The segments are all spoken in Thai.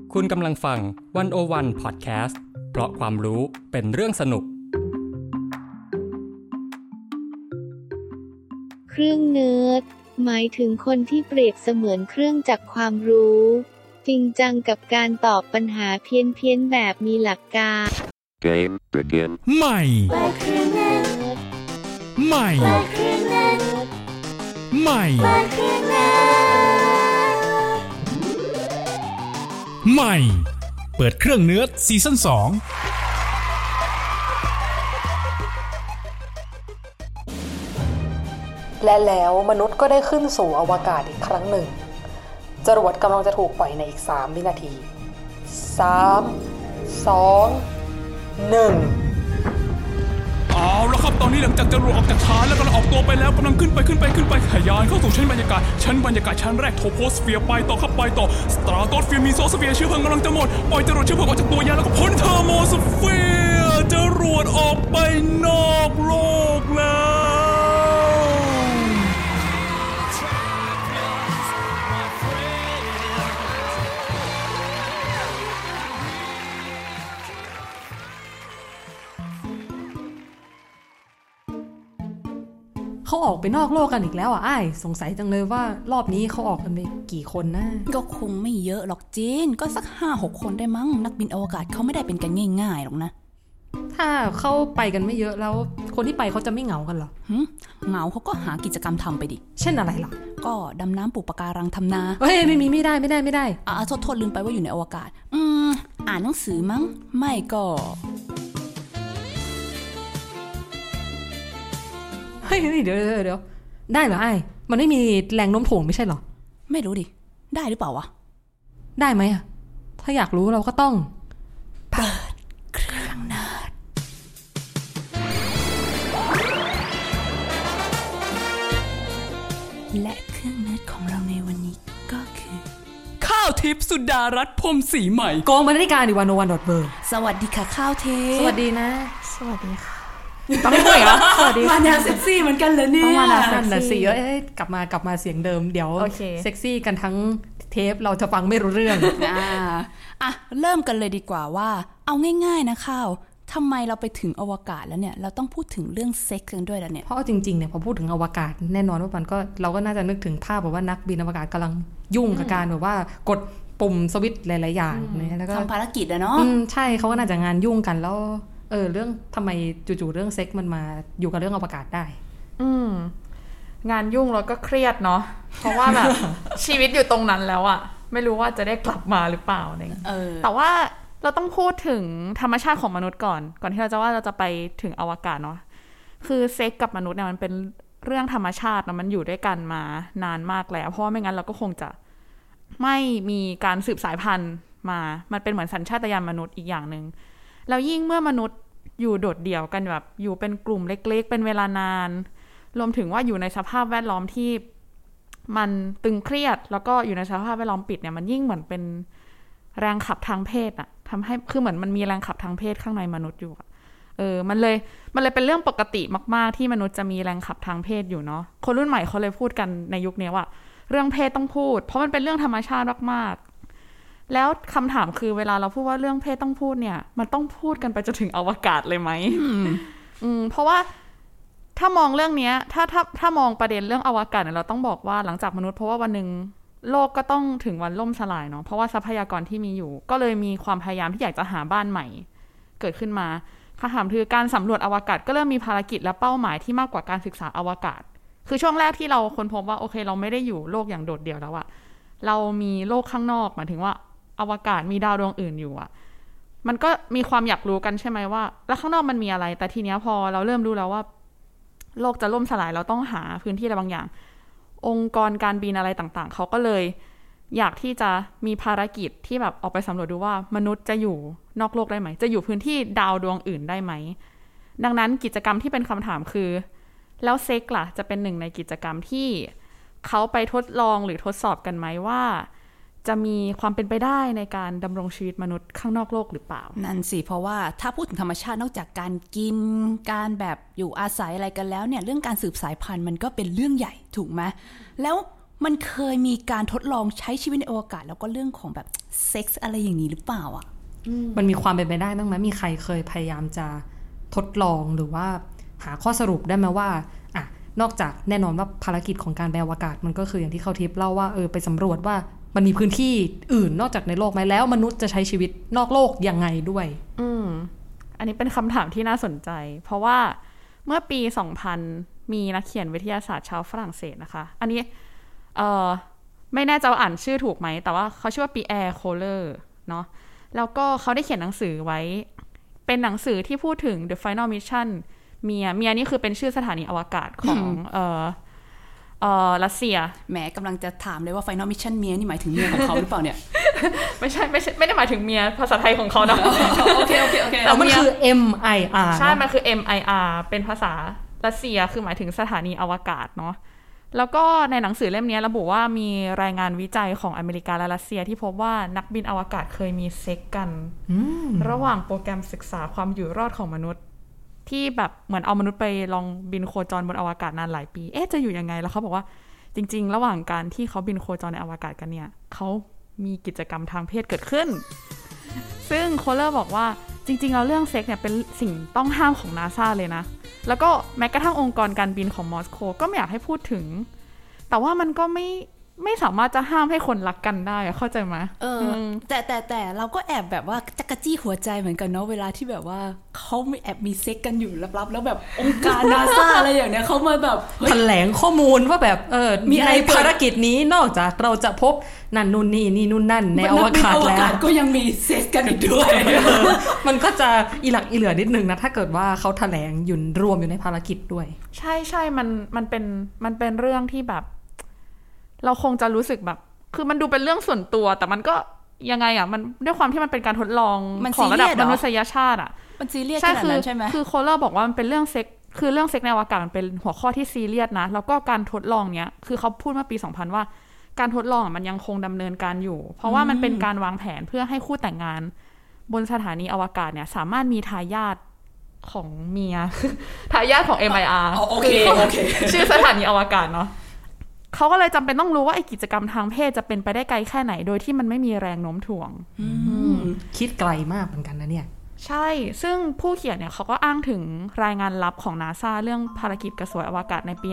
คุณกำลังฟัง101 Podcast เพราะความรู้เป็นเรื่องสนุกเครื่องเนิร์ดหมายถึงคนที่เปรียบเสมือนเครื่องจักรความรู้จริงจังกับการตอบปัญหาเพี้ยนๆแบบมีหลักการ Game begin ใหม่ใหม่ใหม่ใหม่เปิดเครื่องเนื้อซีซั่น2 และแล้วมนุษย์ก็ได้ขึ้นสู่อวกาศอีกครั้งหนึ่งจรวดกำลังจะถูกปล่อยในอีก3วินาที3 2 1 เอาละครับตอนนี้หลังจากจรวดออกจากฐานแล้วกำลังออกตัวไปแล้วกำลังขึ้นไปทะยานเข้าสู่ชั้นบรรยากาศชั้นแรกโทโพสเฟียร์ไปต่อสตราโตสเฟียร์มีโซสเฟียร์เชื้อเพลิงกำลังจะหมดปล่อยจรวดเชื้อเพลิงออกจากตัวยานแล้วก็พ้นเทอร์โมสเฟียร์จรวดออกไปนอกโลกแล้วเขาออกไปนอกโลกกันอีกแล้วอ่ะอ้ายสงสัยจังเลยว่ารอบนี้เขาออกกันไปกี่คนนะก็คงไม่เยอะหรอกจีนก็สัก 5-6 คนได้มั้งนักบินอวกาศเขาไม่ได้เป็นกันง่ายๆหรอกนะถ้าเขาไปกันไม่เยอะแล้วคนที่ไปเขาจะไม่เหงากันหรอเหงาเขาก็หากิจกรรมทำไปดิเช่นอะไรล่ะก็ดำน้ำปลูกปะการังทำนาเฮ้ยไม่ได้โทษลืมไปว่าอยู่ในอวกาศอ่านหนังสือมั้งไม่ก็เฮ้ยเดี๋ยวได้เหรอไอ้มันไม่มีแรงโน้มถ่วงไม่ใช่เหรอไม่รู้ดิได้หรือเปล่าวะได้ไหมอะถ้าอยากรู้เราก็ต้องเปิดเครื่องเนิร์ดและเครื่องเนิร์ดของเราในวันนี้ก็คือข้าวทิพย์สุดารัตน์พรหมศรีใหม่กองบรรณาธิการ101.ber สวัสดีค่ะข้าวทิพย์สวัสดีนะสวัสดีค่ะต้องไม่พูดเหรอสวัสดีมาแนวเซ็กซี่เหมือนกันเลยเนี่ยต้องมาแนวเซ็กซี่กลับมาเสียงเดิมเดี๋ยวเซ็กซี่กันทั้งเทปเราจะฟังไม่รู้เรื่องเริ่มกันเลยดีกว่าว่าเอาง่ายๆนะข้าวทำไมเราไปถึงอวกาศแล้วเนี่ยเราต้องพูดถึงเรื่องเซ็กซ์กันด้วยแล้วเนี่ยเพราะจริงๆเนี่ยพอพูดถึงอวกาศแน่นอนว่ามันก็เราก็น่าจะนึกถึงภาพแบบว่านักบินอวกาศกำลังยุ่งกับการแบบว่ากดปุ่มสวิตช์หลายๆอย่างเนี่ยแล้วก็ทำภารกิจอะเนาะใช่เขาก็น่าจะงานยุ่งกันแล้วเรื่องทำไมจู่ๆเรื่องเซ็กมันมาอยู่กับเรื่องอวกาศได้งานยุ่งแล้วก็เครียดเนาะเพราะว่าแบบ ชีวิตอยู่ตรงนั้นแล้วอะไม่รู้ว่าจะได้กลับมาหรือเปล่าเนี่ยแต่ว่าเราต้องพูดถึงธรรมชาติของมนุษย์ก่อนที่เราจะไปถึงอวกาศเนาะคือเซ็กกับมนุษย์เนี่ยมันเป็นเรื่องธรรมชาติเนาะมันอยู่ด้วยกันมานานมากแล้วเพราะว่าไม่งั้นเราก็คงจะไม่มีการสืบสายพันธุ์มามันเป็นเหมือนสัญชาตญาณมนุษย์อีกอย่างนึงแล้วยิ่งเมื่อมนุษย์อยู่โดดเดี่ยวกันแบบอยู่เป็นกลุ่มเล็กๆเป็นเวลานานรวมถึงว่าอยู่ในสภาพแวดล้อมที่มันตึงเครียดแล้วก็อยู่ในสภาพแวดล้อมปิดเนี่ยมันยิ่งเหมือนเป็นแรงขับทางเพศอะทำให้คือเหมือนมันมีแรงขับทางเพศข้างในมนุษย์อยู่มันเลยเป็นเรื่องปกติมากๆที่มนุษย์จะมีแรงขับทางเพศอยู่เนาะคนรุ่นใหม่เขาเลยพูดกันในยุคนี้ว่าเรื่องเพศต้องพูดเพราะมันเป็นเรื่องธรรมชาติมากๆแล้วคำถามคือเวลาเราพูดว่าเรื่องเพศต้องพูดเนี่ยมันต้องพูดกันไปจนถึงอวกาศเลยไหมเพราะว่าถ้ามองเรื่องนี้ถ้ามองประเด็นเรื่องอวกาศเนี่ยเราต้องบอกว่าหลังจากมนุษย์เพราะว่าวันนึงโลกก็ต้องถึงวันล่มสลายเนาะเพราะว่าทรัพยากรที่มีอยู่ก็เลยมีความพยายามที่อยากจะหาบ้านใหม่เกิดขึ้นมาคำถามคือการสำรวจอวกาศก็เริ่มมีภารกิจและเป้าหมายที่มากกว่าการศึกษาอวกาศคือช่วงแรกที่เราค้นพบว่าโอเคเราไม่ได้อยู่โลกอย่างโดดเดี่ยวแล้วอะเรามีโลกข้างนอกหมายถึงว่าอวกาศมีดาวดวงอื่นอยู่อะมันก็มีความอยากรู้กันใช่ไหมว่าแล้วข้างนอกมันมีอะไรแต่ทีเนี้ยพอเราเริ่มรู้แล้วว่าโลกจะล่มสลายเราต้องหาพื้นที่อะไรบางอย่างองค์กรการบินอะไรต่างๆเขาก็เลยอยากที่จะมีภารกิจที่แบบออกไปสำรวจดูว่ามนุษย์จะอยู่นอกโลกได้ไหมจะอยู่พื้นที่ดาวดวงอื่นได้ไหมดังนั้นกิจกรรมที่เป็นคำถามคือแล้วเซ็กล่ะจะเป็นหนึ่งในกิจกรรมที่เขาไปทดลองหรือทดสอบกันไหมว่าจะมีความเป็นไปได้ในการดำรงชีวิตมนุษย์ข้างนอกโลกหรือเปล่านั่นสิเพราะว่าถ้าพูดถึงธรรมชาตินอกจากการกินการแบบอยู่อาศัยอะไรกันแล้วเนี่ยเรื่องการสืบสายพันธุ์มันก็เป็นเรื่องใหญ่ถูกไหมแล้วมันเคยมีการทดลองใช้ชีวิตในอวกาศแล้วก็เรื่องของแบบเซ็กส์อะไรอย่างนี้หรือเปล่าอ่ะมันมีความเป็นไปได้บ้างไหมมีใครเคยพยายามจะทดลองหรือว่าหาข้อสรุปได้ไหมว่านอกจากแน่นอนว่าภารกิจของการไปอวกาศมันก็คืออย่างที่เขาทิพย์เล่าว่าไปสำรวจว่ามันมีพื้นที่อื่นนอกจากในโลกไหมแล้วมนุษย์จะใช้ชีวิตนอกโลกยังไงด้วยอันนี้เป็นคำถามที่น่าสนใจเพราะว่าเมื่อปี 2000 มีนักเขียนวิทยาศาสตร์ชาวฝรั่งเศสนะคะอันนี้ไม่แน่ใจว่าอ่านชื่อถูกไหมแต่ว่าเขาชื่อว่าปีแอร์โคเลอร์เนาะแล้วก็เขาได้เขียนหนังสือไว้เป็นหนังสือที่พูดถึง The Final Mission เมียนี่คือเป็นชื่อสถานีอวกาศของรัสเซียแหมกำลังจะถามเลยว่า Final Mission เมียนี่หมายถึงเมียของเขาหรือเปล่าเนี่ยไม่ได้หมายถึงเมียภาษาไทยของเขานะโอเคแต่มันคือ MIR ใช่มันคือ MIR เป็นภาษารัสเซียคือหมายถึงสถานีอวกาศเนาะแล้วก็ในหนังสือเล่มนี้ระบุว่ามีรายงานวิจัยของอเมริกาและรัสเซียที่พบว่านักบินอวกาศเคยมีเซ็กกันระหว่างโปรแกรมศึกษาความอยู่รอดของมนุษย์ที่แบบเหมือนเอามนุษย์ไปลองบินโคจรบนอวกาศนานหลายปีจะอยู่ยังไงแล้วเขาบอกว่าจริงๆระหว่างการที่เขาบินโคจรในอวกาศกันเนี่ยเขามีกิจกรรมทางเพศเกิดขึ้นซึ่งโคเลอร์บอกว่าจริงๆแล้วเรื่องเซ็กเนี่ยเป็นสิ่งต้องห้ามของ NASA เลยนะแล้วก็แม้กระทั่งองค์กรการบินของมอสโกก็ไม่อยากให้พูดถึงแต่ว่ามันก็ไม่สามารถจะห้ามให้คนรักกันได้เข้าใจไหมแต่เราก็แอบแบบว่าจักรจี้หัวใจเหมือนกันเนาะเวลาที่แบบว่าเขาไม่แอบมีเซ็กกันอยู่ลับๆแล้วแบบองค์การ NASA อะไรอย่างเนี้ยเขามาแบบแถลงข้อมูลว่าแบบมีในภารกิจนี้นอกจากเราจะพบนั่นนู่นนี่นู่นนั่นในอวกาศแล้วก็ยังมีเซ็กกันอีกด้วยมันก็จะอีหลักอีเหลือนิดนึงนะถ้าเกิดว่าเขาแถลงอยู่รวมอยู่ในภารกิจด้วยใช่มันเป็นเรื่องที่แบบเราคงจะรู้สึกแบบคือมันดูเป็นเรื่องส่วนตัวแต่มันก็ยังไงอ่ะมันด้วยความที่มันเป็นการทดลองของระดับมนุษยชาติอ่ะมันซีเรียสขนาดนั้นใช่ไหมคือโคเลอร์บอกว่ามันเป็นเรื่องเซ็กคือเรื่องเซ็กในอวกาศมันเป็นหัวข้อที่ซีเรียสนะแล้วก็การทดลองเนี้ยคือเขาพูดเมื่อปี 2000 ว่าการทดลองมันยังคงดำเนินการอยู่เพราะว่ามันเป็นการวางแผนเพื่อให้คู่แต่งงานบนสถานีอวกาศเนี่ยสามารถมีทายาทของเมียทายาทของ MIR โอเคชื่อสถานีอวกาศเนาะเขาก็เลยจำเป็นต้องรู้ว่าไอ้กิจกรรมทางเพศจะเป็นไปได้ไกลแค่ไหนโดยที่มันไม่มีแรงโน้มถ่วงคิดไกลมากเหมือนกันนะเนี่ยใช่ซึ่งผู้เขียนเนี่ยเขาก็อ้างถึงรายงานลับของ NASA เรื่องภารกิจกระสวยอวกาศในปี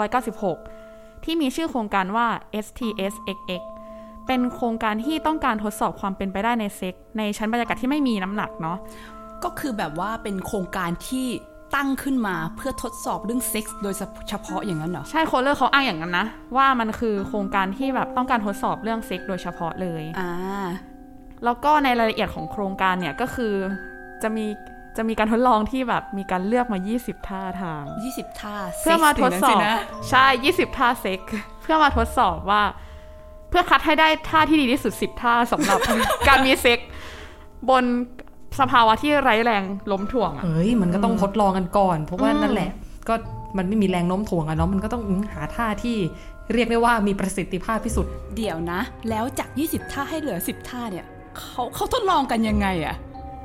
1996 ที่มีชื่อโครงการว่า STS-XX เป็นโครงการที่ต้องการทดสอบความเป็นไปได้ในเซ็กในชั้นบรรยากาศที่ไม่มีน้ำหนักเนาะก็คือแบบว่าเป็นโครงการที่ตั้งขึ้นมาเพื่อทดสอบเรื่องเซ็กส์โดยเฉพาะอย่างนั้นเหรอใช่โคเลอร์เขาอ้างอย่างนั้นนะว่ามันคือโครงการที่แบบต้องการทดสอบเรื่องเซ็กส์โดยเฉพาะเลยแล้วก็ในรายละเอียดของโครงการเนี่ยก็คือจะมีการทดลองที่แบบมีการเลือกมา20ท่าทาง 20ท่าเพื่อมาทดสอบใช่20ท่าเซ็กส์เพื่อมาทดสอบว่าเพื่อคัดให้ได้ท่าที่ดีที่สุด10ท่าสำหรับ การมีเซ็กส์บนสภาวะที่ไร้แรงล้มถ่วงมันก็ต้องทดลองกันก่อนเพราะว่านั่นแหละก็มันไม่มีแรงโน้มถ่วงอะเนาะมันก็ต้องหาท่าที่เรียกได้ว่ามีประสิทธิภาพที่สุดเดี๋ยวนะแล้วจาก20ท่าให้เหลือ10ท่าเนี่ยเขาทดลองกันยังไงอะ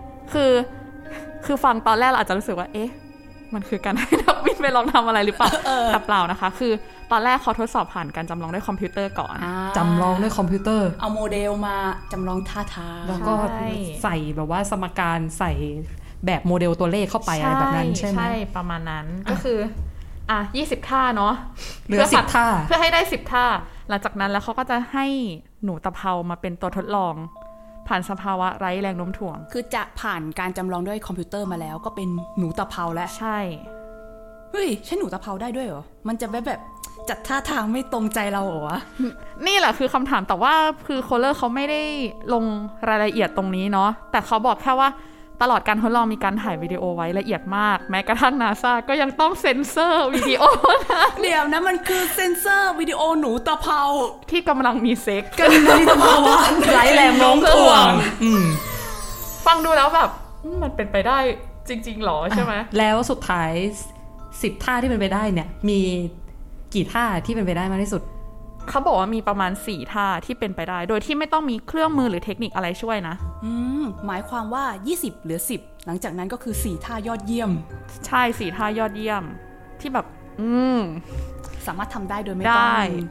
คือฟังตอนแรกเราอาจจะรู้สึกว่ามันคือการให้นักบินไปลองทำอะไรหรือเปล่าแต่เปล่านะคะคือตอนแรกเขาทดสอบผ่านการจำลองด้วยคอมพิวเตอร์ก่อนจำลองด้วยคอมพิวเตอร์เอาโมเดลมาจำลองท่าทางแล้วก็ใส่แบบว่าสมการใส่แบบโมเดลตัวเลขเข้าไปอะไรแบบนั้นใช่ไหมใช่ประมาณนั้นก็คือ20ท่าเนาะเหลือ10ท่าเพื่อให้ได้10ท่าหลังจากนั้นแล้วเขาก็จะให้หนูตะเภามาเป็นตัวทดลองผ่านสภาวะไร้แรงโน้มถ่วงคือจะผ่านการจำลองด้วยคอมพิวเตอร์มาแล้วก็เป็นหนูตะเภาแล้วใช่เฮ้ยใช่หนูตะเภาได้ด้วยเหรอมันจะแบบจัดท่าทางไม่ตรงใจเราเหรอวะนี่แหละคือคำถามแต่ว่าคือโคเลอร์เขาไม่ได้ลงรายละเอียดตรงนี้เนาะแต่เขาบอกแค่ว่าตลอดการทดลองมีการถ่ายวิดีโอไว้ละเอียดมากแม้กระทั่ง NASA ก็ยังต้องเซ็นเซอร์วิดีโอนะเดี๋ยวนะมันคือเซ็นเซอร์วิดีโอหนูตะเภาที่กำลังมีเซ็กกันในสภาวะไร้แรงโน้มถ่วงฟังดูแล้วแบบมันเป็นไปได้จริงๆหรอใช่ไหมแล้วสุดท้าย10ท่าที่เป็นไปได้เนี่ยมีกี่ท่าที่เป็นไปได้มากที่สุดเขาบอกว่ามีประมาณ4ท่าที่เป็นไปได้โดยที่ไม่ต้องมีเครื่องมือหรือเทคนิคอะไรช่วยนะหมายความว่า20เหลือ10หลังจากนั้นก็คือ4ท่ายอดเยี่ยมใช่4ท่ายอดเยี่ยมที่แบบสามารถทำได้โดยไม่ต้อง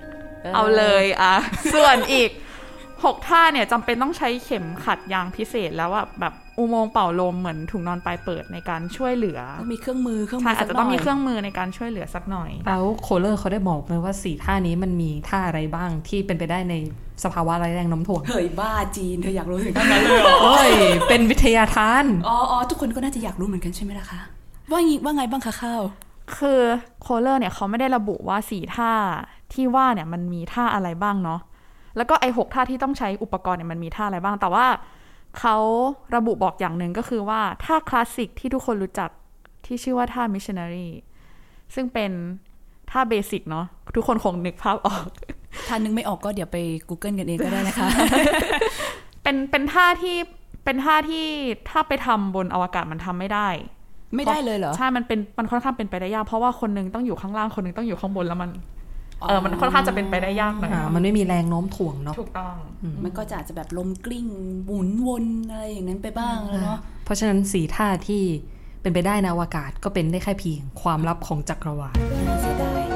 เอาเลยส่วนอีก6ท่าเนี่ยจำเป็นต้องใช้เข็มขัดยางพิเศษแล้วแบบอุโมงค์เป่าลมเหมือนถุงนอนปลายเปิดในการช่วยเหลือมีเครื่องมืออาจจะต้องมีเครื่องมือในการช่วยเหลือสักหน่อยแล้วโคเลอร์เขาได้บอกไหมว่า4ท่านี้มันมีท่าอะไรบ้างที่เป็นไปได้ในสภาวะไร้แรงโน้มถ่วงเฮ้ยบ้าจีนเธออยากรู้ถึงขั้นนั้นเลยเหรอเฮ้ยเป็นวิทยาทานอ๋อทุกคนก็น่าจะอยากรู้เหมือนกันใช่ไหมล่ะคะว่าไงบ้างคะข้าวคือโคเลอร์เนี่ยเขาไม่ได้ระบุว่า4ท่าที่ว่าเนี่ยมันมีท่าอะไรบ้างเนาะแล้วก็ไอ้6ท่าที่ต้องใช้อุปกรณ์เนี่ยมันมีท่าอะไรบ้างแต่ว่าเขาระบุบอกอย่างหนึ่งก็คือว่าท่าคลาสสิกที่ทุกคนรู้จักที่ชื่อว่าท่า missionary ซึ่งเป็นท่าเบสิกเนาะทุกคนคงนึกภาพออกท่านึกไม่ออกก็เดี๋ยวไป Google กันเองก็ได้นะคะเป็นท่าที่ถ้าไปทำบนอวกาศมันทำไม่ได้เลยเหรอใช่มันค่อนข้างเป็นไปได้ยากเพราะว่าคนนึงต้องอยู่ข้างล่างคนนึงต้องอยู่ข้างบนแล้วมันค่อนข้างจะเป็นไปได้ยากหน่อยมันไม่มีแรงโน้มถ่วงเนาะถูกต้องมันก็จะแบบลมกลิ้งหมุนวนอะไรอย่างนั้นไปบ้างแล้วเนาะเพราะฉะนั้น4ท่าที่เป็นไปได้ในอวกาศก็เป็นได้แค่เพียงความลับของจักรวาลน่าเสียดาย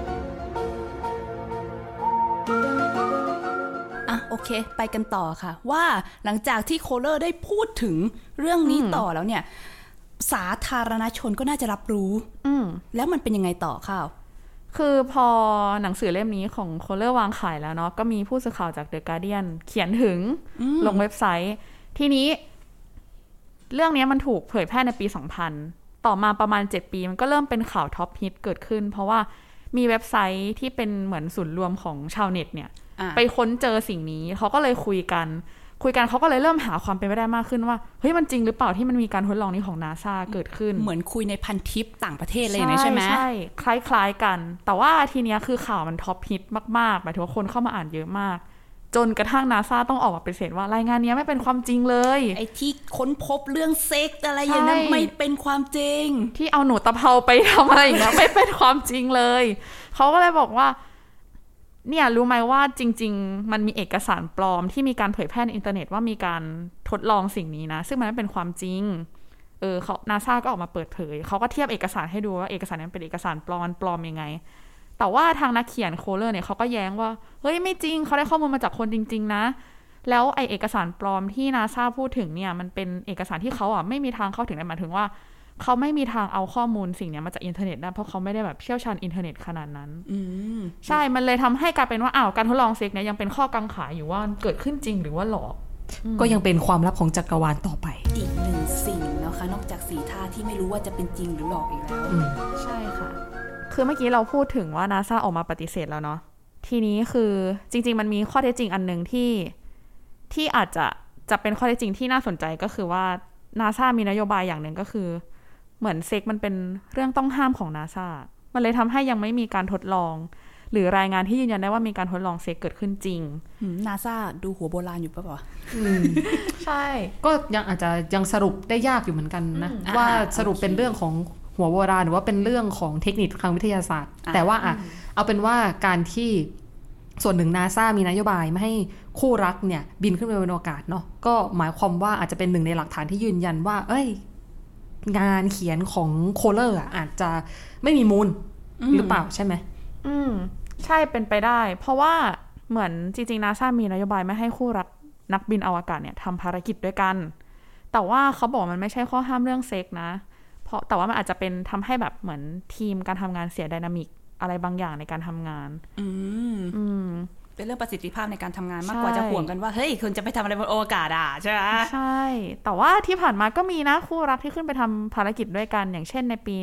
โอเคไปกันต่อค่ะว่าหลังจากที่โคเลอร์ได้พูดถึงเรื่องนี้ต่อแล้วเนี่ยสาธารณชนก็น่าจะรับรู้แล้วมันเป็นยังไงต่อข้าวคือพอหนังสือเล่มนี้ของโคเลอร์วางขายแล้วเนาะก็มีผู้สื่อข่าวจาก The Guardian เขียนถึงลงเว็บไซต์ทีนี้เรื่องนี้มันถูกเผยแพร่ในปี 2000ต่อมาประมาณ7ปีมันก็เริ่มเป็นข่าวท็อปฮิตเกิดขึ้นเพราะว่ามีเว็บไซต์ที่เป็นเหมือนศูนย์รวมของชาวเน็ตเนี่ยไปค้นเจอสิ่งนี้เขาก็เลยคุยกันเขาก็เลยเริ่มหาความเป็นไปได้มากขึ้นว่าเฮ้ยมันจริงหรือเปล่าที่มันมีการทดลองนี้ของ NASA เกิดขึ้นเหมือนคุยในพันทิปต่างประเทศเลยนะใช่ไหมใช่คล้ายๆกันแต่ว่าทีเนี้ยคือข่าวมันท็อปฮิตมากๆหมายถึงว่าคนเข้ามาอ่านเยอะมากจนกระทั่ง NASA ต้องออกมาปฏิเสธว่ารายงานนี้ไม่เป็นความจริงเลยไอ้ที่ค้นพบเรื่องเซ็กอะไรอย่างนั้นไม่เป็นความจริงที่เอาหนูตะเภาไปทำอะไรอย่างเงี้ยไม่เป็นความจริงเลยเขาก็เลยบอกว่าเนี่ยรู้ไหมว่าจริงๆมันมีเอกสารปลอมที่มีการเผยแพร่ในอินเทอร์เน็ตว่ามีการทดลองสิ่งนี้นะซึ่งมันไม่เป็นความจริงเขา NASA ก็ออกมาเปิดเผยเขาก็เทียบเอกสารให้ดูว่าเอกสารนั้นเป็นเอกสารปลอมมันปลอมยังไงแต่ว่าทางนักเขียนโคเลอร์เนี่ยเขาก็แย้งว่าเฮ้ยไม่จริงเขาได้ข้อมูลมาจากคนจริงๆนะแล้วไอเอกสารปลอมที่ NASA พูดถึงเนี่ยมันเป็นเอกสารที่เขาไม่มีทางเข้าถึงได้หมายถึงว่าเขาไม่มีทางเอาข้อมูลสิ่งนี้มาจากอินเทอร์เน็ตได้เพราะเขาไม่ได้แบบเชี่ยวชาญอินเทอร์เน็ตขนาดนั้นใช่มันเลยทำให้กลายเป็นว่าการทดลองเซ็กเนี่ยยังเป็นข้อกังขาอยู่ว่าเกิดขึ้นจริงหรือว่าหลอกก็ยังเป็นความลับของจักรวาลต่อไปอีกหนึ่งสิ่งนะคะนอกจาก4ท่าที่ไม่รู้ว่าจะเป็นจริงหรือหลอกอีกแล้วใช่ค่ะคือเมื่อกี้เราพูดถึงว่า NASA ออกมาปฏิเสธแล้วเนาะทีนี้คือจริงๆมันมีข้อเท็จจริงอันนึงที่อาจจะเป็นข้อเท็จจริงที่น่าสนใจก็คือว่า NASA มีนโยบายอย่างนึงก็คือเหมือนเซ็กมันเป็นเรื่องต้องห้ามของ NASA มันเลยทำให้ยังไม่มีการทดลองหรือรายงานที่ยืนยันได้ว่ามีการทดลองเซ็กเกิดขึ้นจริง NASA ดูหัวโบราณอยู่ป่ะวะใช่ก็ยังอาจจะยังสรุปได้ยากอยู่เหมือนกันนะว่าสรุปเป็นเรื่องของหัวโบราณหรือว่าเป็นเรื่องของเทคนิคทางวิทยาศาสตร์แต่ว่าเอาเป็นว่าการที่ส่วนหนึ่ง NASA มีนโยบายไม่ให้คู่รักเนี่ยบินขึ้นไปบนอากาศเนาะก็หมายความว่าอาจจะเป็นหนึ่งในหลักฐานที่ยืนยันว่างานเขียนของโคเลอร์อาจจะไม่มีมูลหรือเปล่าใช่ไหมใช่เป็นไปได้เพราะว่าเหมือนจริงๆ NASA มีนโยบายไม่ให้คู่รักนักบินอวกาศเนี่ยทำภารกิจด้วยกันแต่ว่าเขาบอกมันไม่ใช่ข้อห้ามเรื่องเซ็กนะแต่ว่ามันอาจจะเป็นทำให้แบบเหมือนทีมการทำงานเสียไดนามิกอะไรบางอย่างในการทำงานเป็นเรื่องประสิทธิภาพในการทำงานมากกว่าจะห่วงกันว่าเฮ้ยคุณจะไปทำอะไรบนอวกาศใช่ไหมใช่แต่ว่าที่ผ่านมาก็มีนะคู่รักที่ขึ้นไปทำภารกิจด้วยกันอย่างเช่นในปี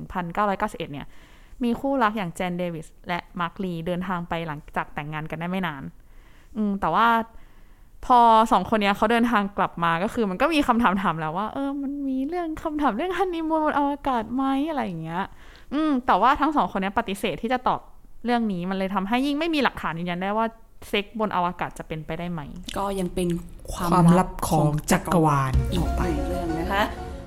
1991 เนี่ยมีคู่รักอย่างเจนเดวิสและมาร์คลีเดินทางไปหลังจากแต่งงานกันได้ไม่นานแต่ว่าพอ2คนนี้เขาเดินทางกลับมาก็คือมันก็มีคำถามแล้วว่ามันมีเรื่องคำถามเรื่องฮันนีมูนบนอวกาศไหมอะไรอย่างเงี้ยแต่ว่าทั้ง2คนนี้ปฏิเสธที่จะตอบเรื่องนี้มันเลยทำให้ยิ่งไม่มีหลักฐานยืนยันได้ว่าเซ็กบนอวกาศจะเป็นไปได้ไหมก็ยังเป็นความลับของจักรวาลอีกเรื่องนะคะ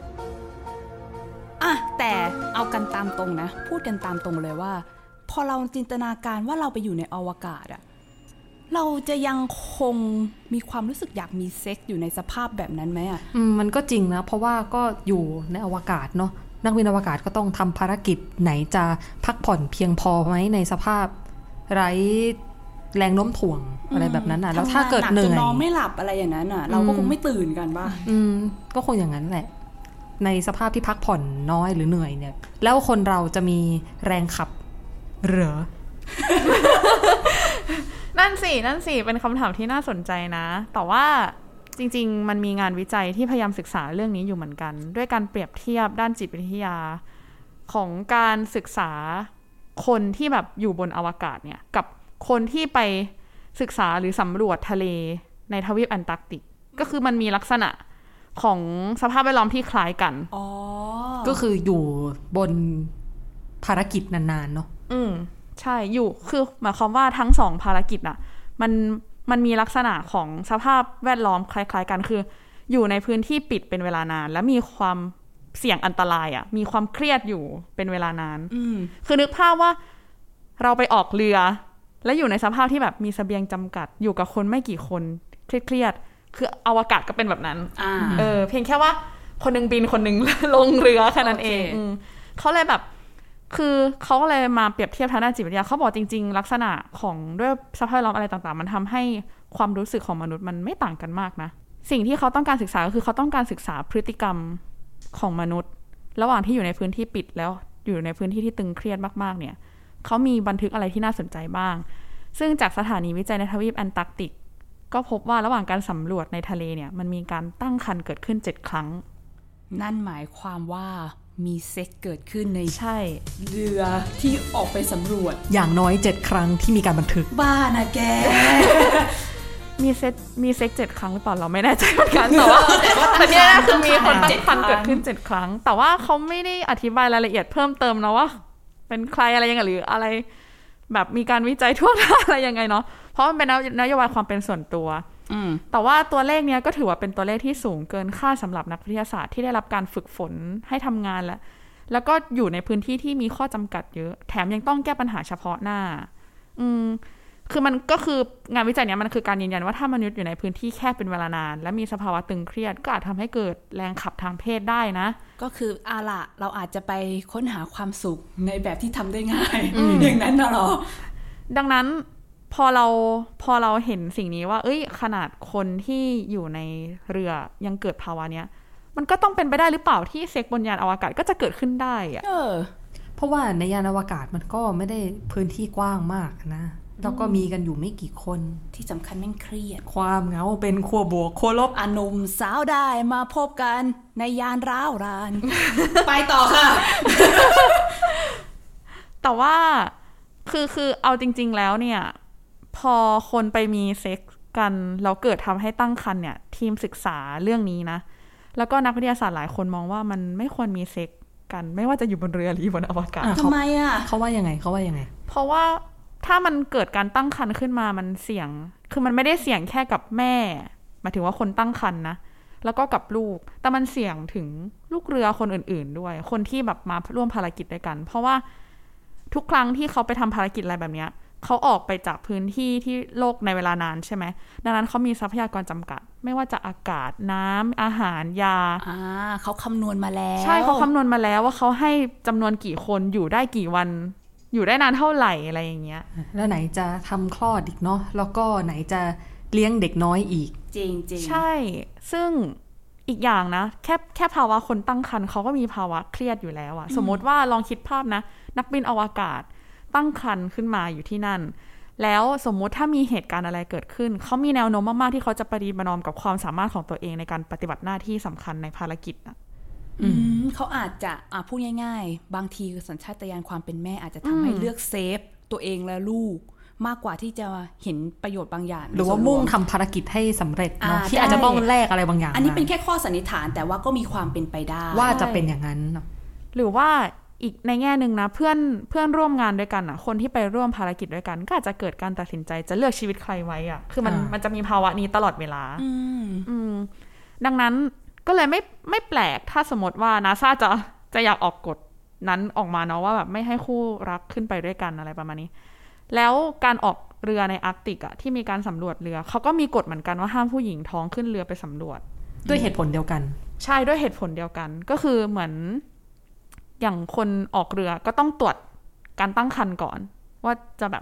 แต่เอากันตามตรงนะพูดกันตามตรงเลยว่าพอเราจินตนาการว่าเราไปอยู่ในอวกาศเราจะยังคงมีความรู้สึกอยากมีเซ็กอยู่ในสภาพแบบนั้นไหมมันก็จริงนะเพราะว่าก็อยู่ในอวกาศเนาะนักบินอวกาศก็ต้องทำภารกิจไหนจะพักผ่อนเพียงพอไหมในสภาพไร้แรงโน้มถ่วงอะไรแบบนั้นแล้วถ้าเกิดเหนื่อยนอนไม่หลับอะไรอย่างนั้นเราก็คงไม่ตื่นกันป่ะก็คงอย่างนั้นแหละในสภาพที่พักผ่อนน้อยหรือเหนื่อยเนี่ยแล้วคนเราจะมีแรงขับเหรอนั่นสิเป็นคำถามที่น่าสนใจนะแต่ว่าจริงๆมันมีงานวิจัยที่พยายามศึกษาเรื่องนี้อยู่เหมือนกันด้วยการเปรียบเทียบด้านจิตวิทยาของการศึกษาคนที่แบบอยู่บนอวกาศเนี่ยกับคนที่ไปศึกษาหรือสำรวจทะเลในทวีปแอนตาร์กติกก็คือมันมีลักษณะของสภาพแวดล้อมที่คล้ายกันก็คืออยู่บนภารกิจนานๆเนาะใช่อยู่คือหมายความว่าทั้ง2ภารกิจน่ะมันมีลักษณะของสภาพแวดล้อมคล้ายๆกันคืออยู่ในพื้นที่ปิดเป็นเวลานานและมีความเสี่ยงอันตรายมีความเครียดอยู่เป็นเวลานานคือนึกภาพว่าเราไปออกเรือและอยู่ในสภาพที่แบบมีเสบียงจำกัดอยู่กับคนไม่กี่คนเครียดคืออวกาศก็เป็นแบบนั้นเพียงแค่ว่าคนนึงบินคนนึง ลงเรือแค่นั้นเองเขาเลยแบบคือเขาก็เลยมาเปรียบเทียบทางด้านจิตวิทยาเขาบอกจริงๆลักษณะของด้วยสภาพแวดล้อมอะไรต่างๆมันทำให้ความรู้สึกของมนุษย์มันไม่ต่างกันมากนะสิ่งที่เขาต้องการศึกษาก็คือเขาต้องการศึกษาพฤติกรรมของมนุษย์ระหว่างที่อยู่ในพื้นที่ปิดแล้วอยู่ในพื้นที่ที่ตึงเครียดมากๆเนี่ยเขามีบันทึกอะไรที่น่าสนใจบ้างซึ่งจากสถานีวิจัยในทวีปแอนตาร์กติกก็พบว่าระหว่างการสำรวจในทะเลเนี่ยมันมีการตั้งครรภ์เกิดขึ้น7ครั้งนั่นหมายความว่ามีเซ็กเกิดขึ้นในใช่เรือที่ออกไปสำรวจอย่างน้อย7ครั้งที่มีการบันทึกบ้านะแกมีเซ็ก7ครั้งหรือเปล่าเราไม่แน่ใจเหมือนกันแต่ว่าเนี่ยคือมีคนตั้งครรภ์เกิดขึ้น7ครั้งแต่ว่าเขาไม่ได้อธิบายรายละเอียดเพิ่มเติมนะว่าเป็นใครอะไรยังไงหรืออะไรแบบมีการวิจัยทั่วหน้าอะไรยังไงเนาะเพราะมันเป็นนโยบายความเป็นส่วนตัวแต่ว่าตัวเลขเนี้ยก็ถือว่าเป็นตัวเลขที่สูงเกินค่าสำหรับนักวิทยาศาสตร์ที่ได้รับการฝึกฝนให้ทำงานแล้วก็อยู่ในพื้นที่ที่มีข้อจำกัดเยอะแถมยังต้องแก้ปัญหาเฉพาะหน้าคือมันก็คืองานวิจัยเนี้ยมันคือการยืนยันว่าถ้ามนุษย์อยู่ในพื้นที่แคบเป็นเวลานานและมีสภาวะตึงเครียดก็อาจทำให้เกิดแรงขับทางเพศได้นะก็คือล่ะเราอาจจะไปค้นหาความสุขในแบบที่ทำได้ง่าย อย่างนั้นนะหรอดังนั้นพอเราเห็นสิ่งนี้ว่าขนาดคนที่อยู่ในเรือยังเกิดภาวะเนี้ยมันก็ต้องเป็นไปได้หรือเปล่าที่เซ็กบนยานอวกาศก็จะเกิดขึ้นได้เพราะว่าในยานอวกาศมันก็ไม่ได้พื้นที่กว้างมากนะแล้วก็มีกันอยู่ไม่กี่คนที่สำคัญแม่งเครียดความเหงาเป็นขั้วบวกขั้วลบหนุ่มสาวได้มาพบกันในยานร้าวราน ไปต่อค่ะแต่ว่าคือเอาจริงๆแล้วเนี่ยพอคนไปมีเซ็กส์กันแล้วเกิดทำให้ตั้งครรภ์เนี่ยทีมศึกษาเรื่องนี้นะแล้วก็นักวิทยาศาสตร์หลายคนมองว่ามันไม่ควรมีเซ็กส์กันไม่ว่าจะอยู่บนเรือหรืออยู่บนอวกาศทำไมเขาว่ายังไงเพราะว่าถ้ามันเกิดการตั้งครรภ์ขึ้นมามันเสี่ยงคือมันไม่ได้เสี่ยงแค่กับแม่หมายถึงว่าคนตั้งครรภ์นะแล้วก็กับลูกแต่มันเสี่ยงถึงลูกเรือคนอื่นๆด้วยคนที่แบบมาร่วมภารกิจด้วยกันเพราะว่าทุกครั้งที่เขาไปทำภารกิจอะไรแบบนี้เขาออกไปจากพื้นที่ที่โลกในเวลานานใช่ไหมดังนั้นเขามีทรัพยากรจำกัดไม่ว่าจะอากาศน้ำอาหารยาเขาคำนวณมาแล้วใช่เขาคำนวณมาแล้วว่าเขาให้จำนวนกี่คนอยู่ได้กี่วันอยู่ได้นานเท่าไหร่อะไรอย่างเงี้ยแล้วไหนจะทำคลอดอีกเนาะแล้วก็ไหนจะเลี้ยงเด็กน้อยอีกจริงใช่ซึ่งอีกอย่างนะแค่ภาวะคนตั้งครรภ์เขาก็มีภาวะเครียดอยู่แล้วอะสมมติว่าลองคิดภาพนะนักบินอวกาศตั้งครรภ์ขึ้นมาอยู่ที่นั่นแล้วสมมุติถ้ามีเหตุการณ์อะไรเกิดขึ้นเขามีแนวโน้มมากๆที่เขาจะประนีประนอมกับความสามารถของตัวเองในการปฏิบัติหน้าที่สำคัญในภารกิจนะเขาอาจจะพูดง่ายๆบางทีสัญชาตญาณความเป็นแม่อาจจะทำให้เลือกเซฟตัวเองและลูกมากกว่าที่จะเห็นประโยชน์บางอย่างหรือว่ามุ่งทำภารกิจให้สำเร็จเนาะที่อาจจะต้องแลกอะไรบางอย่างอันนี้เป็นแค่ข้อสันนิษฐานแต่ว่าก็มีความเป็นไปได้ว่าจะเป็นอย่างนั้นหรือว่าอีกในแง่นึงนะเพื่อนร่วมงานด้วยกันอ่ะคนที่ไปร่วมภารกิจด้วยกันก็อาจจะเกิดการตัดสินใจจะเลือกชีวิตใครไว้อ่ะคือมันจะมีภาวะนี้ตลอดเวลาดังนั้นก็เลยไม่แปลกถ้าสมมติว่า NASA จะอยากออกกฎนั้นออกมาเนาะว่าแบบไม่ให้คู่รักขึ้นไปด้วยกันอะไรประมาณนี้แล้วการออกเรือในอาร์กติกอ่ะที่มีการสำรวจเรือเขาก็มีกฎเหมือนกันว่าห้ามผู้หญิงท้องขึ้นเรือไปสำรวจด้วยเหตุผลเดียวกันใช่ด้วยเหตุผลเดียวกันก็คือเหมือนอย่างคนออกเรือก็ต้องตรวจการตั้งครรภ์ก่อนว่าจะแบบ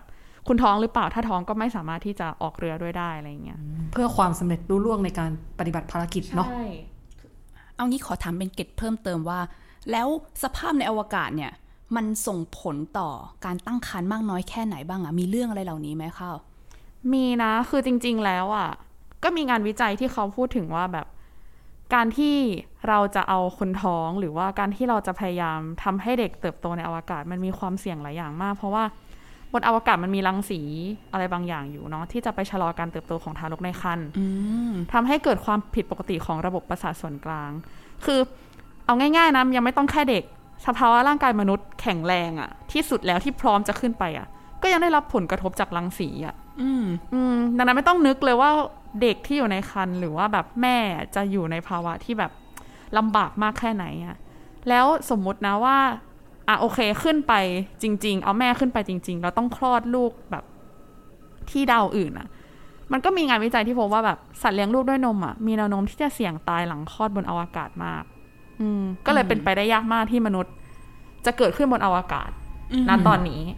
คุณท้องหรือเปล่าถ้าท้องก็ไม่สามารถที่จะออกเรือด้วยได้อะไรเงี้ยเพื่อความสำเร็จรุ่งเรืองในการปฏิบัติภารกิจเนาะเอางี้ขอถามเป็นเกร็ดเพิ่มเติมว่าแล้วสภาพในอวกาศเนี่ยมันส่งผลต่อการตั้งครรภ์มากน้อยแค่ไหนบ้างอะมีเรื่องอะไรเหล่านี้ไหมคะมีนะคือจริงๆแล้วอะก็มีงานวิจัยที่เขาพูดถึงว่าแบบการที่เราจะเอาคนท้องหรือว่าการที่เราจะพยายามทำให้เด็กเติบโตในอวกาศมันมีความเสี่ยงหลายอย่างมากเพราะว่าบนอวกาศมันมีรังสีอะไรบางอย่างอยู่เนาะที่จะไปชะลอการเติบโตของทารกในครรภ์ทำให้เกิดความผิดปกติของระบบประสาทส่วนกลางคือเอาง่ายๆนะยังไม่ต้องแค่เด็กสภาวะร่างกายมนุษย์แข็งแรงอะที่สุดแล้วที่พร้อมจะขึ้นไปอะก็ยังได้รับผลกระทบจากรังสีอะดังนั้นไม่ต้องนึกเลยว่าเด็กที่อยู่ในครรภ์หรือว่าแบบแม่จะอยู่ในภาวะที่แบบลำบากมากแค่ไหนอะแล้วสมมุตินะว่าโอเคขึ้นไปจริงๆเอาแม่ขึ้นไปจริงๆเราต้องคลอดลูกแบบที่ดาวอื่นอะมันก็มีงานวิจัยที่พบว่าแบบสัตว์เลี้ยงลูกด้วยนมอะมีแนวโน้มที่จะเสี่ยงตายหลังคลอดบนอวกาศมากก็เลยเป็นไปได้ยากมากที่มนุษย์จะเกิดขึ้นบนอวกาศณตอนนี้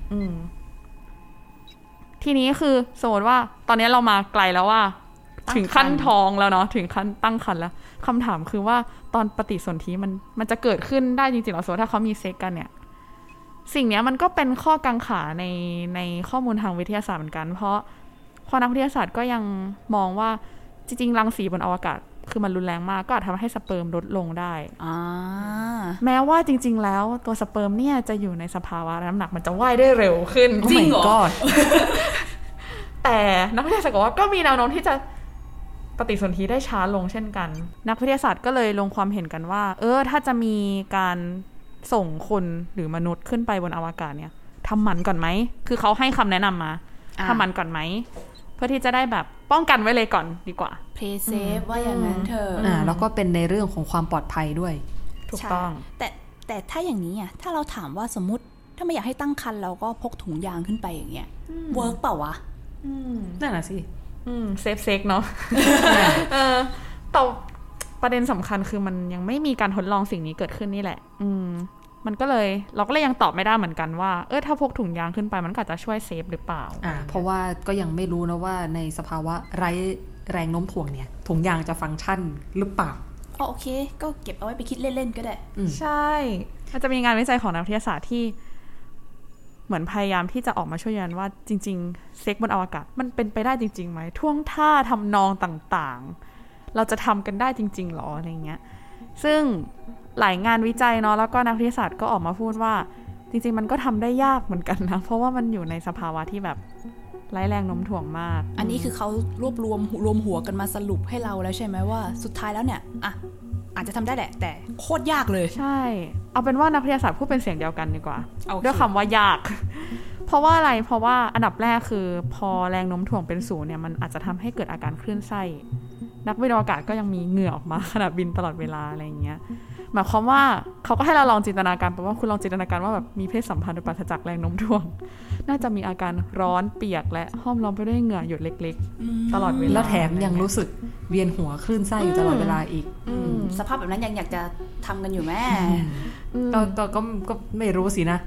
ทีนี้คือสมมติว่าตอนนี้เรามาไกลแล้วว่าถึงขั้นท้องแล้วเนาะถึงขั้นตั้งครรภ์แล้วคำถามคือว่าตอนปฏิสนธิมันจะเกิดขึ้นได้จริงๆหรอสมมติถ้าเขามีเซ็กกันเนี่ยสิ่งนี้มันก็เป็นข้อกังขาในข้อมูลทางวิทยาศาสตร์เหมือนกันเพราะนักวิทยาศาสตร์ก็ยังมองว่าจริงๆรังสีบนอวกาศคือมันรุนแรงมากก็อาจทำให้สเปิร์มลดลงได้แม้ว่าจริงๆแล้วตัวสเปิร์มเนี่ยจะอยู่ในสภาวะน้ำหนักมันจะว่ายได้เร็วขึ้นจริงเหรอแต่นักวิทยาศาสตร์บอกว่าก็มีแนวโน้มที่จะปฏิสนธิได้ช้าลงเช่นกันนักวิทยาศาสตร์ก็เลยลงความเห็นกันว่าถ้าจะมีการส่งคนหรือมนุษย์ขึ้นไปบนอวกาศเนี่ยทำหมันก่อนไหมคือเขาให้คำแนะนำมาทำหมันก่อนไหมเพื่อที่จะได้แบบป้องกันไว้เลยก่อนดีกว่าเพย์เซฟว่าอย่างนั้นเธอแล้วก็เป็นในเรื่องของความปลอดภัยด้วยถูกต้องแต่ถ้าอย่างนี้อ่ะถ้าเราถามว่าสมมติถ้าไม่อยากให้ตั้งครรภ์เราก็พกถุงยางขึ้นไปอย่างเงี้ยเวิร์กเปล่าวะนั่นแหละสิเซฟเนาะแต่ประเด็นสำคัญคือมันยังไม่มีการทดลองสิ่งนี้เกิดขึ้นนี่แหละมันก็เลยเราก็เลยยังตอบไม่ได้เหมือนกันว่าถ้าพกถุงยางขึ้นไปมันก็จะช่วยเซฟหรือเปล่าเพราะว่าก็ยังไม่รู้นะว่าในสภาวะไร้แรงโน้มถ่วงเนี่ยถุงยางจะฟังก์ชันหรือเปล่าโอเคก็เก็บเอาไว้ไปคิดเล่นๆก็ได้ใช่มันจะมีงานวิจัยของนักวิทยาศาสตร์ที่เหมือนพยายามที่จะออกมาช่วยยันว่าจริงๆเซ็กบนอวกาศมันเป็นไปได้จริงๆไหมท่วงท่าทำนองต่างๆเราจะทำกันได้จริงๆหรออะไรเงี้ยซึ่งหลายงานวิจัยเนาะแล้วก็นักวิทยาศาสตร์ก็ออกมาพูดว่าจริงๆมันก็ทำได้ยากเหมือนกันนะเพราะว่ามันอยู่ในสภาวะที่แบบไร้แรงโน้มถ่วงมากอันนี้คือเขารวบรวมหัวกันมาสรุปให้เราแล้วใช่ไหมว่าสุดท้ายแล้วเนี่ยอาจจะทำได้แหละแต่โคตรยากเลยใช่เอาเป็นว่านักวิทยาศาสตร์พูดเป็นเสียงเดียวกันดีกว่าด้วยคำว่ายากเพราะว่าอะไรเพราะว่าอันดับแรกคือพอแรงโน้มถ่วงเป็นศูนย์เนี่ยมันอาจจะทำให้เกิดอาการคลื่นไส้นักวิทยาศาสตร์ก็ยังมีเหงื่อออกมาขณะบินตลอดเวลาอะไรอย่างเงี้ยหมายความว่าเขาก็ให้เราลองจินตนาการแปลว่าคุณลองจินตนาการว่าแบบมีเพศสัมพันธ์โดยปราศจากแรงโน้มถ่วงน่าจะมีอาการร้อนเปียกและห้อมล้อมไปด้วยเหงื่อหยดเล็กๆตลอดเวลาแล้วแถมยังรู้สึกเวียนหัวคลื่นไส้อยู่ตลอดเวลาอีกสภาพแบบนั้นยังอยากจะทำกันอยู่แม่ก็ไม่รู้สินะ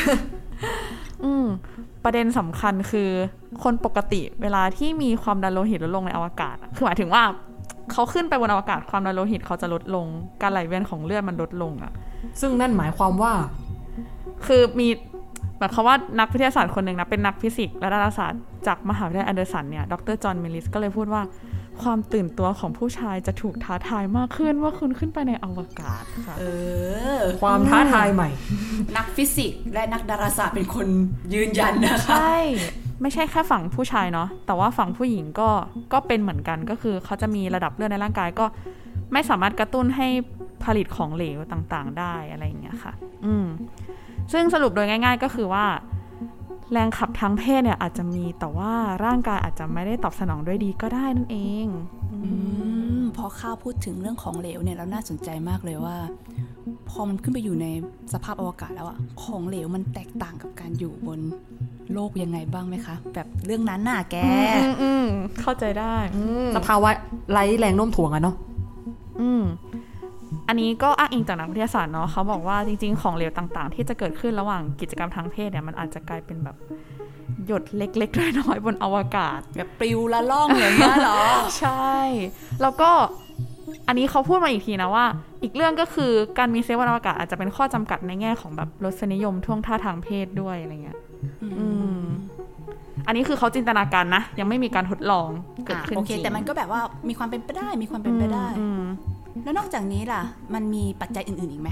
ประเด็นสำคัญคือคนปกติเวลาที่มีความดันโลหิตลดลงในอวกาศคือหมายถึงว่าเขาขึ้นไปบนอวกาศความดันโลหิตเขาจะลดลงการไหลเวียนของเลือดมันลดลงซึ่งนั่นหมายความว่าคือมีหมายความว่านักวิทยาศาสตร์คนหนึ่งนะเป็นนักฟิสิกส์และดาราศาสตร์จากมหาวิทยาลัยแอนเดอร์สันเนี่ยดร.จอห์น มิลลิสก็เลยพูดว่าความตื่นตัวของผู้ชายจะถูกท้าทายมากขึ้นว่าคุณขึ้นไปในอวกาศค่ะความท้าทายใหม่นักฟิสิกส์และนักดาราศาสตร์เป็นคนยืนยันนะคะใช่ไม่ใช่แค่ฝั่งผู้ชายเนาะแต่ว่าฝั่งผู้หญิงก็เป็นเหมือนกันก็คือเขาจะมีระดับเลือดในร่างกายก็ไม่สามารถกระตุ้นให้ผลิตของเหลวต่างๆได้อะไรอย่างเงี้ยค่ะซึ่งสรุปโดยง่ายๆก็คือว่าแรงขับทางเพศเนี่ยอาจจะมีแต่ว่าร่างกายอาจจะไม่ได้ตอบสนองด้วยดีก็ได้นั่นเองพอข้าพูดถึงเรื่องของเหลวเนี่ยแล้วน่าสนใจมากเลยว่าพอมันขึ้นไปอยู่ในสภาพอวกาศแล้วอะของเหลวมันแตกต่างกับการอยู่บนโลกยังไงบ้างไหมคะแบบเรื่องนั้นน่ะแกเข้าใจได้สภาวะไร้แรงโน้มถ่วงอะเนาะอันนี้ก็อ้างอิงจากนักวิทยาศาสตร์เนาะเขาบอกว่าจริงๆของเหลวต่างๆที่จะเกิดขึ้นระหว่างกิจกรรมทางเพศเนี่ยมันอาจจะกลายเป็นแบบหยดเล็กๆน้อยๆบนอวกาศแบบปลิวละล่องอย่างเงี้ยเหรอใช่แล้วก็อันนี้เขาพูดมาอีกทีนะว่าอีกเรื่องก็คือการมีเซ็กบนอวกาศอาจจะเป็นข้อจำกัดในแง่ของแบบรสนิยมท่วงท่าทางเพศด้วยอะไรเงี้ยอันนี้คือเขาจินตนาการนะยังไม่มีการทดลองเกิดขึ้นจริงโอเคแต่มันก็แบบว่ามีความเป็นไปได้แล้วนอกจากนี้ล่ะมันมีปัจจัยอื่นๆอีกไหม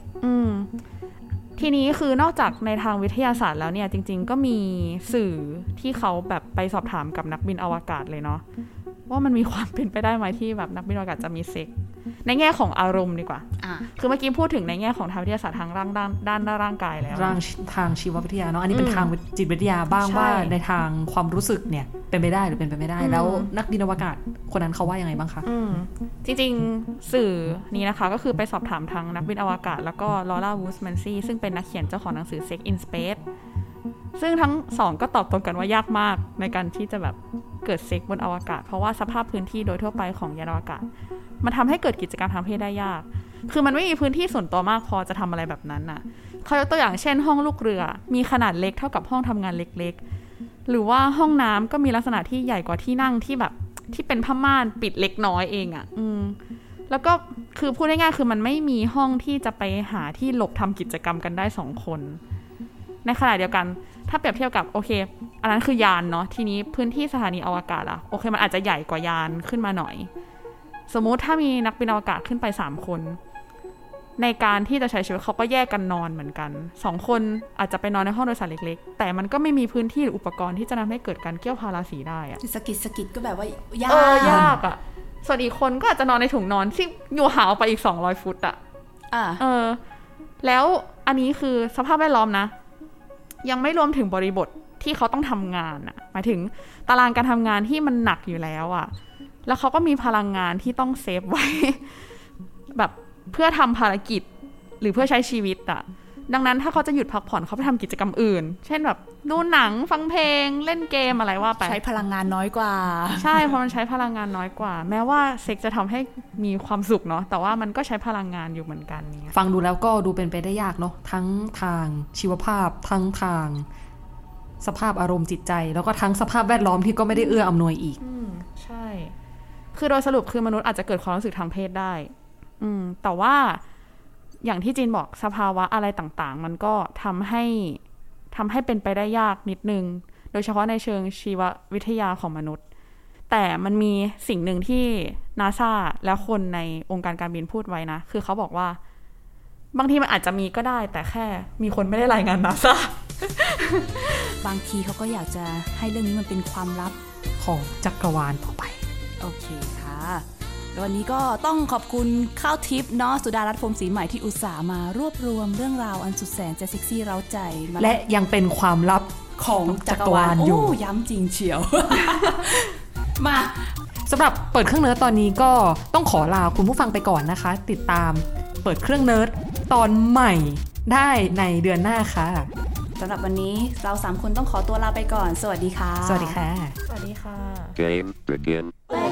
ทีนี้คือนอกจากในทางวิทยาศาสตร์แล้วเนี่ยจริงๆก็มีสื่อที่เขาแบบไปสอบถามกับนักบินอวกาศเลยเนาะว่ามันมีความเป็นไปได้ไหมที่แบบนักบินอวกาศจะมีเซ็กในแง่ของอารมณ์ดีกว่าคือเมื่อกี้พูดถึงในแง่ของทางวิทยาศาสตร์ทางด้านร่างกายแล้วทางชีววิทยาเนาะอันนี้เป็นทางจิตวิทยาบ้างว่าในทางความรู้สึกเนี่ยเป็นไปได้หรือเป็นไปไม่ได้แล้วนักบินอวกาศคนนั้นเขาว่ายังไงบ้างคะจริงๆสื่อนี้นะคะก็คือไปสอบถามทางนักบินอวกาศแล้วก็ลอร่าวูสแมนซี่ซึ่งเป็นนักเขียนเจ้าของหนังสือ Sex in Space ซึ่งทั้งสองก็ตอบตรงกันว่ายากมากในการที่จะแบบเกิดเซ็กบนอวกาศเพราะว่าสภาพพื้นที่โดยทั่วไปของยานอวกาศมันทำให้เกิดกิจกรรมทางเพศได้ยากคือมันไม่มีพื้นที่ส่วนตัวมากพอจะทำอะไรแบบนั้นน่ะเขายกตัวอย่างเช่นห้องลูกเรือมีขนาดเล็กเท่ากับห้องทำงานเล็กๆหรือว่าห้องน้ำก็มีลักษณะที่ใหญ่กว่าที่นั่งที่แบบที่เป็นผ้าม่านปิดเล็กน้อยเองอ่ะแล้วก็คือพูดง่ายๆคือมันไม่มีห้องที่จะไปหาที่หลบทำกิจกรรมกันได้2คนในขณะเดียวกันถ้าเปรียบเทียบกับโอเคอันนั้นคือยานเนาะทีนี้พื้นที่สถานีอวกาศอะโอเคมันอาจจะใหญ่กว่ายานขึ้นมาหน่อยสมมุติถ้ามีนักบินอวกาศขึ้นไป3คนในการที่จะใช้ชีวิตเขาก็แยกกันนอนเหมือนกัน2คนอาจจะไปนอนในห้องโดยสารเล็กๆแต่มันก็ไม่มีพื้นที่หรืออุปกรณ์ที่จะทำให้เกิดการเกี่ยวพาราสีได้อะสกิดก็แบบว่ายากอะส่วนอีกคนก็อาจจะนอนในถุงนอนที่อยู่ห่างออกไปอีก200ฟุตอะแล้วอันนี้คือสภาพแวดล้อมนะยังไม่รวมถึงบริบทที่เขาต้องทำงานอะหมายถึงตารางการทำงานที่มันหนักอยู่แล้วอะแล้วเขาก็มีพลังงานที่ต้องเซฟไว้ แบบเพื่อทำภารกิจหรือเพื่อใช้ชีวิตอะดังนั้นถ้าเขาจะหยุดพักผ่อนเขาไปทำกิจกรรมอื่นเช่นแบบดูหนังฟังเพลงเล่นเกมอะไรว่าไปใช้พลังงานน้อยกว่าใช่เพราะมันใช้พลังงานน้อยกว่าแม้ว่าเซ็กจะทำให้มีความสุขเนาะแต่ว่ามันก็ใช้พลังงานอยู่เหมือนกันฟังดูแล้วก็ดูเป็นไปได้ยากเนาะทั้งทางชีวภาพทั้งทางสภาพอารมณ์จิตใจแล้วก็ทั้งสภาพแวดล้อมที่ก็ไม่ได้เอื้ออำนวยอีกใช่คือโดยสรุปคือมนุษย์อาจจะเกิดความรู้สึกทางเพศได้แต่ว่าอย่างที่จีนบอกสภาวะอะไรต่างๆมันก็ทำให้เป็นไปได้ยากนิดนึงโดยเฉพาะในเชิงชีววิทยาของมนุษย์แต่มันมีสิ่งหนึ่งที่ NASA และคนในองค์การการบินพูดไว้นะคือเขาบอกว่าบางทีมันอาจจะมีก็ได้แต่แค่มีคนไม่ได้รายงาน NASA บางทีเขาก็อยากจะให้เรื่องนี้มันเป็นความลับของจักรวาลต่อไปโอเคค่ะวันนี้ก็ต้องขอบคุณข้าวทิพย์เนาะสุดารัตน์พรหมศรีใหม่ที่อุตส่าห์มารวบรวมเรื่องราวอันสุดแสนจะเซ็กซี่เร้าใจและยังเป็นความลับของจักรวาลอยู่ย้ำจริงเชียว มาสำหรับเปิดเครื่องเนิร์ดตอนนี้ก็ต้องขอลาคุณผู้ฟังไปก่อนนะคะติดตามเปิดเครื่องเนิร์ดตอนใหม่ได้ในเดือนหน้าค่ะสำหรับวันนี้เรา3คนต้องขอตัวลาไปก่อนสวัสดีค่ะสวัสดีค่ะสวัสดีค่ะ Game begin